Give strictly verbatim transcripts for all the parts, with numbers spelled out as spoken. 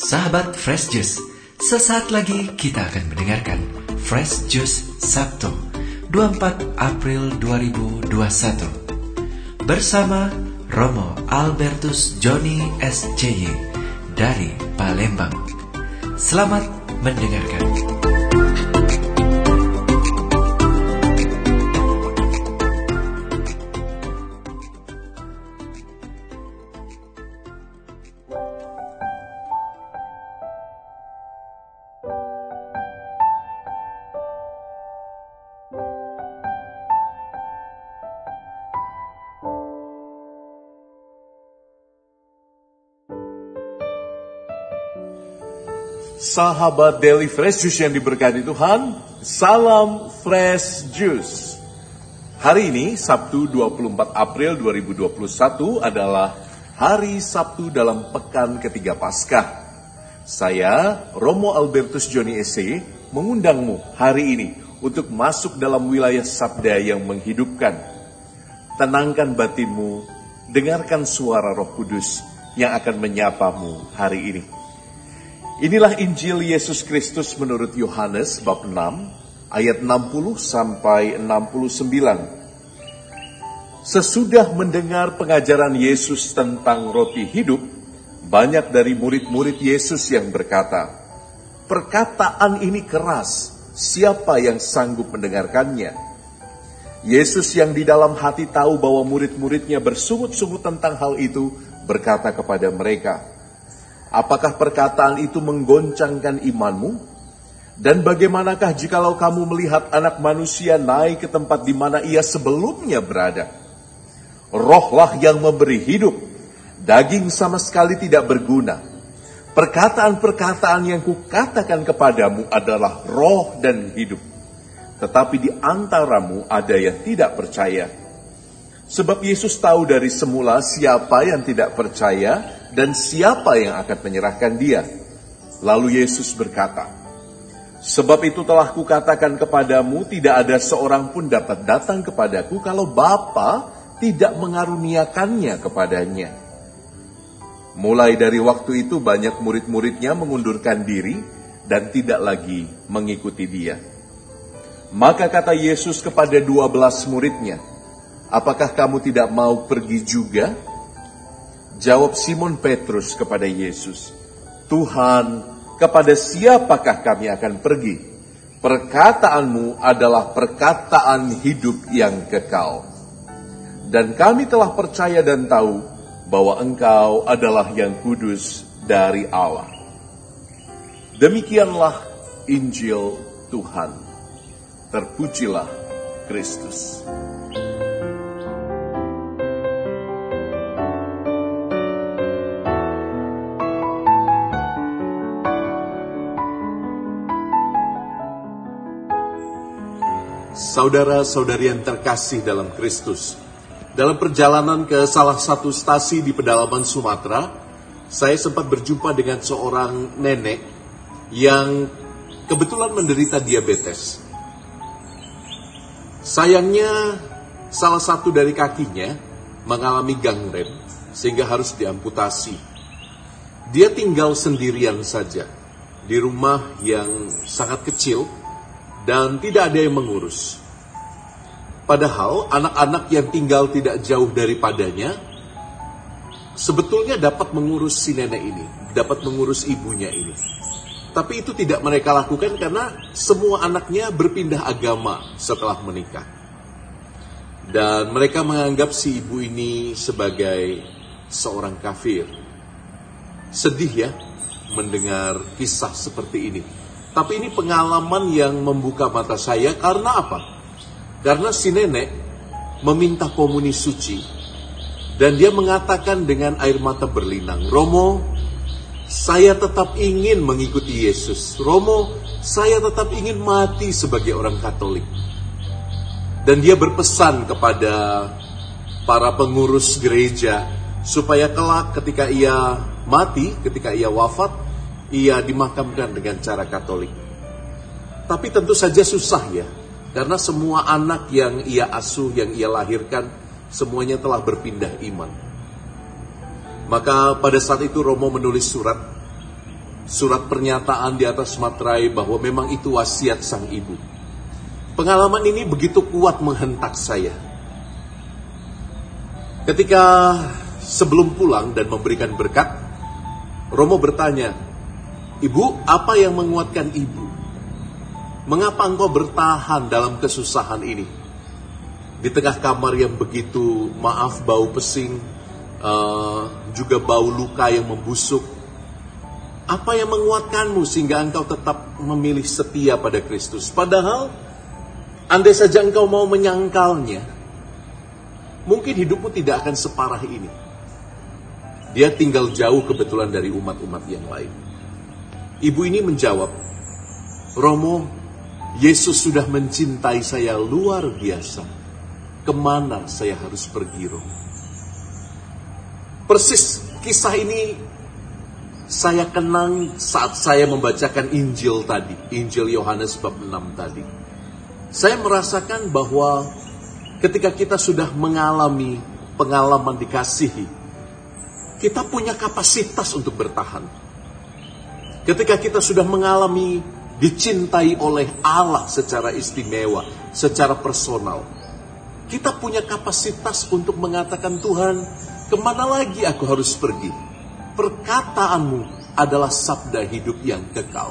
Sahabat Fresh Juice, sesaat lagi kita akan mendengarkan Fresh Juice Sabtu dua puluh empat April dua ribu dua puluh satu bersama Romo Albertus Joni S C Y dari Palembang. Selamat mendengarkan. Sahabat Daily Fresh Juice yang diberkati Tuhan, salam Fresh Juice. Hari ini, Sabtu dua puluh empat April dua ribu dua puluh satu adalah hari Sabtu dalam pekan ketiga Paskah. Saya, Romo Albertus Joni S C Y, mengundangmu hari ini untuk masuk dalam wilayah sabda yang menghidupkan. Tenangkan batinmu, dengarkan suara Roh Kudus yang akan menyapamu hari ini. Inilah Injil Yesus Kristus menurut Yohanes bab enam ayat enam puluh sampai enam puluh sembilan. Sesudah mendengar pengajaran Yesus tentang roti hidup, banyak dari murid-murid Yesus yang berkata, "Perkataan ini keras, siapa yang sanggup mendengarkannya?" Yesus yang di dalam hati tahu bahwa murid-muridnya bersungut-sungut tentang hal itu, berkata kepada mereka, "Apakah perkataan itu menggoncangkan imanmu? Dan bagaimanakah jikalau kamu melihat anak manusia naik ke tempat di mana ia sebelumnya berada? Rohlah yang memberi hidup, daging sama sekali tidak berguna. Perkataan-perkataan yang kukatakan kepadamu adalah roh dan hidup. Tetapi di antaramu ada yang tidak percaya." Sebab Yesus tahu dari semula siapa yang tidak percaya dan siapa yang akan menyerahkan dia. Lalu Yesus berkata, "Sebab itu telah kukatakan kepadamu, tidak ada seorang pun dapat datang kepadaku kalau Bapa tidak mengaruniakannya kepadanya." Mulai dari waktu itu banyak murid-muridnya mengundurkan diri dan tidak lagi mengikuti dia. Maka kata Yesus kepada dua belas muridnya, "Apakah kamu tidak mau pergi juga?" Jawab Simon Petrus kepada Yesus, "Tuhan, kepada siapakah kami akan pergi? Perkataanmu adalah perkataan hidup yang kekal. Dan kami telah percaya dan tahu bahwa Engkau adalah yang kudus dari Allah." Demikianlah Injil Tuhan. Terpujilah Kristus. Saudara-saudari yang terkasih dalam Kristus, dalam perjalanan ke salah satu stasi di pedalaman Sumatera, saya sempat berjumpa dengan seorang nenek yang kebetulan menderita diabetes. Sayangnya, salah satu dari kakinya mengalami gangren sehingga harus diamputasi. Dia tinggal sendirian saja di rumah yang sangat kecil dan tidak ada yang mengurus. Padahal anak-anak yang tinggal tidak jauh daripadanya sebetulnya dapat mengurus si nenek ini, dapat mengurus ibunya ini. Tapi itu tidak mereka lakukan karena semua anaknya berpindah agama setelah menikah. Dan mereka menganggap si ibu ini sebagai seorang kafir. Sedih ya mendengar kisah seperti ini. Tapi ini pengalaman yang membuka mata saya karena apa? Karena si nenek meminta komuni suci dan dia mengatakan dengan air mata berlinang, "Romo, saya tetap ingin mengikuti Yesus. Romo, saya tetap ingin mati sebagai orang Katolik." Dan dia berpesan kepada para pengurus gereja supaya kelak ketika ia mati, ketika ia wafat, ia dimakamkan dengan cara Katolik. Tapi tentu saja susah ya, karena semua anak yang ia asuh, yang ia lahirkan, semuanya telah berpindah iman. Maka pada saat itu Romo menulis surat surat pernyataan di atas materai bahwa memang itu wasiat sang ibu. Pengalaman ini begitu kuat menghentak saya. Ketika sebelum pulang dan memberikan berkat, Romo bertanya, "Ibu, apa yang menguatkan ibu? Mengapa engkau bertahan dalam kesusahan ini? Di tengah kamar yang begitu, maaf, bau pesing, uh, juga bau luka yang membusuk. Apa yang menguatkanmu sehingga engkau tetap memilih setia pada Kristus? Padahal, andai saja engkau mau menyangkalnya, mungkin hidupmu tidak akan separah ini." Dia tinggal jauh kebetulan dari umat-umat yang lain. Ibu ini menjawab, "Romo, Yesus sudah mencintai saya luar biasa. Kemana saya harus pergi, Romo?" Persis kisah ini saya kenang saat saya membacakan Injil tadi, Injil Yohanes bab enam tadi. Saya merasakan bahwa ketika kita sudah mengalami pengalaman dikasihi, kita punya kapasitas untuk bertahan. Ketika kita sudah mengalami dicintai oleh Allah secara istimewa, secara personal, kita punya kapasitas untuk mengatakan, "Tuhan, kemana lagi aku harus pergi? Perkataanmu adalah sabda hidup yang kekal."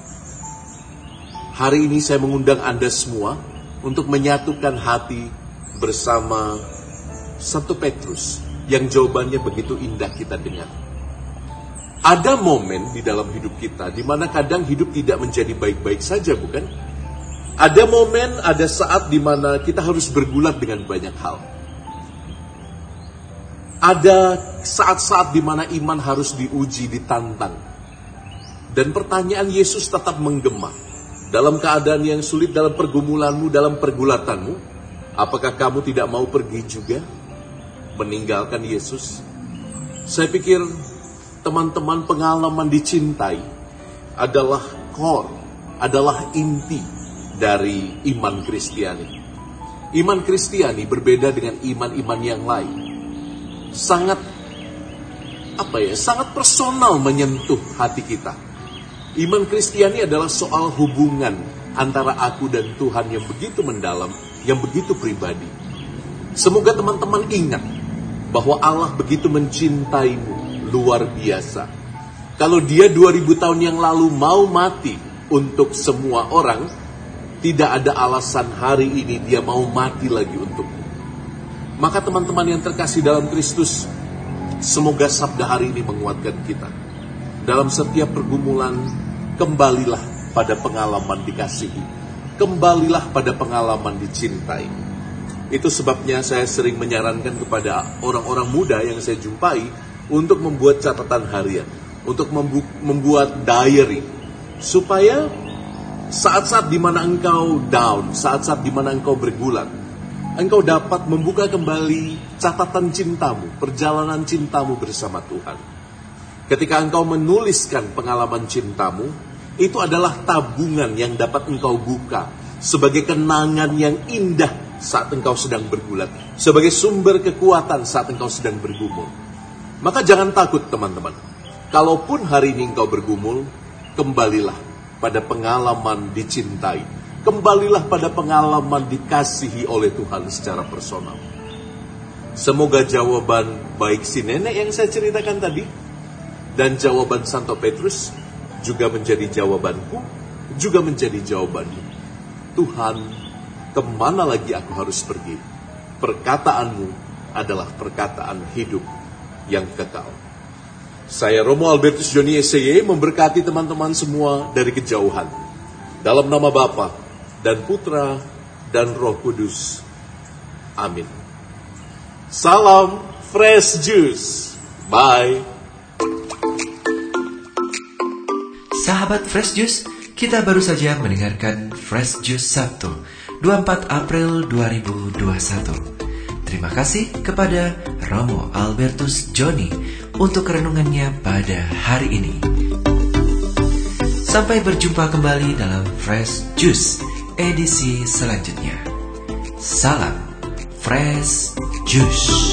Hari ini saya mengundang Anda semua untuk menyatukan hati bersama satu Petrus yang jawabannya begitu indah kita dengar. Ada momen di dalam hidup kita di mana kadang hidup tidak menjadi baik-baik saja, bukan? Ada momen, ada saat di mana kita harus bergulat dengan banyak hal. Ada saat-saat di mana iman harus diuji, ditantang. Dan pertanyaan Yesus tetap menggema. Dalam keadaan yang sulit, dalam pergumulanmu, dalam pergulatanmu, apakah kamu tidak mau pergi juga? Meninggalkan Yesus? Saya pikir teman-teman, pengalaman dicintai adalah core, adalah inti dari iman Kristiani. Iman Kristiani berbeda dengan iman-iman yang lain. Sangat apa ya, sangat personal menyentuh hati kita. Iman Kristiani adalah soal hubungan antara aku dan Tuhan yang begitu mendalam, yang begitu pribadi. Semoga teman-teman ingat bahwa Allah begitu mencintaimu luar biasa. Kalau Dia dua ribu tahun yang lalu mau mati untuk semua orang, tidak ada alasan hari ini Dia mau mati lagi untukmu. Maka teman-teman yang terkasih dalam Kristus, semoga sabda hari ini menguatkan kita. Dalam setiap pergumulan, kembalilah pada pengalaman dikasihi. Kembalilah pada pengalaman dicintai. Itu sebabnya saya sering menyarankan kepada orang-orang muda yang saya jumpai untuk membuat catatan harian, untuk membu- membuat diary, supaya saat-saat di mana engkau down, saat-saat di mana engkau bergulat, engkau dapat membuka kembali catatan cintamu, perjalanan cintamu bersama Tuhan. Ketika engkau menuliskan pengalaman cintamu, itu adalah tabungan yang dapat engkau buka sebagai kenangan yang indah saat engkau sedang bergulat, sebagai sumber kekuatan saat engkau sedang bergumul. Maka jangan takut teman-teman. Kalaupun hari ini engkau bergumul, kembalilah pada pengalaman dicintai. Kembalilah pada pengalaman dikasihi oleh Tuhan secara personal. Semoga jawaban baik si nenek yang saya ceritakan tadi dan jawaban Santo Petrus juga menjadi jawabanku, juga menjadi jawabanmu. Tuhan, kemana lagi aku harus pergi? Perkataanmu adalah perkataan hidup yang kekal. Saya Romo Albertus Joni S Y memberkati teman-teman semua dari kejauhan. Dalam nama Bapa dan Putra dan Roh Kudus. Amin. Salam Fresh Juice. Bye. Sahabat Fresh Juice, kita baru saja mendengarkan Fresh Juice Sabtu, dua puluh empat April dua ribu dua puluh satu. Terima kasih kepada Romo Albertus Joni untuk renungannya pada hari ini. Sampai berjumpa kembali dalam Fresh Juice edisi selanjutnya. Salam Fresh Juice.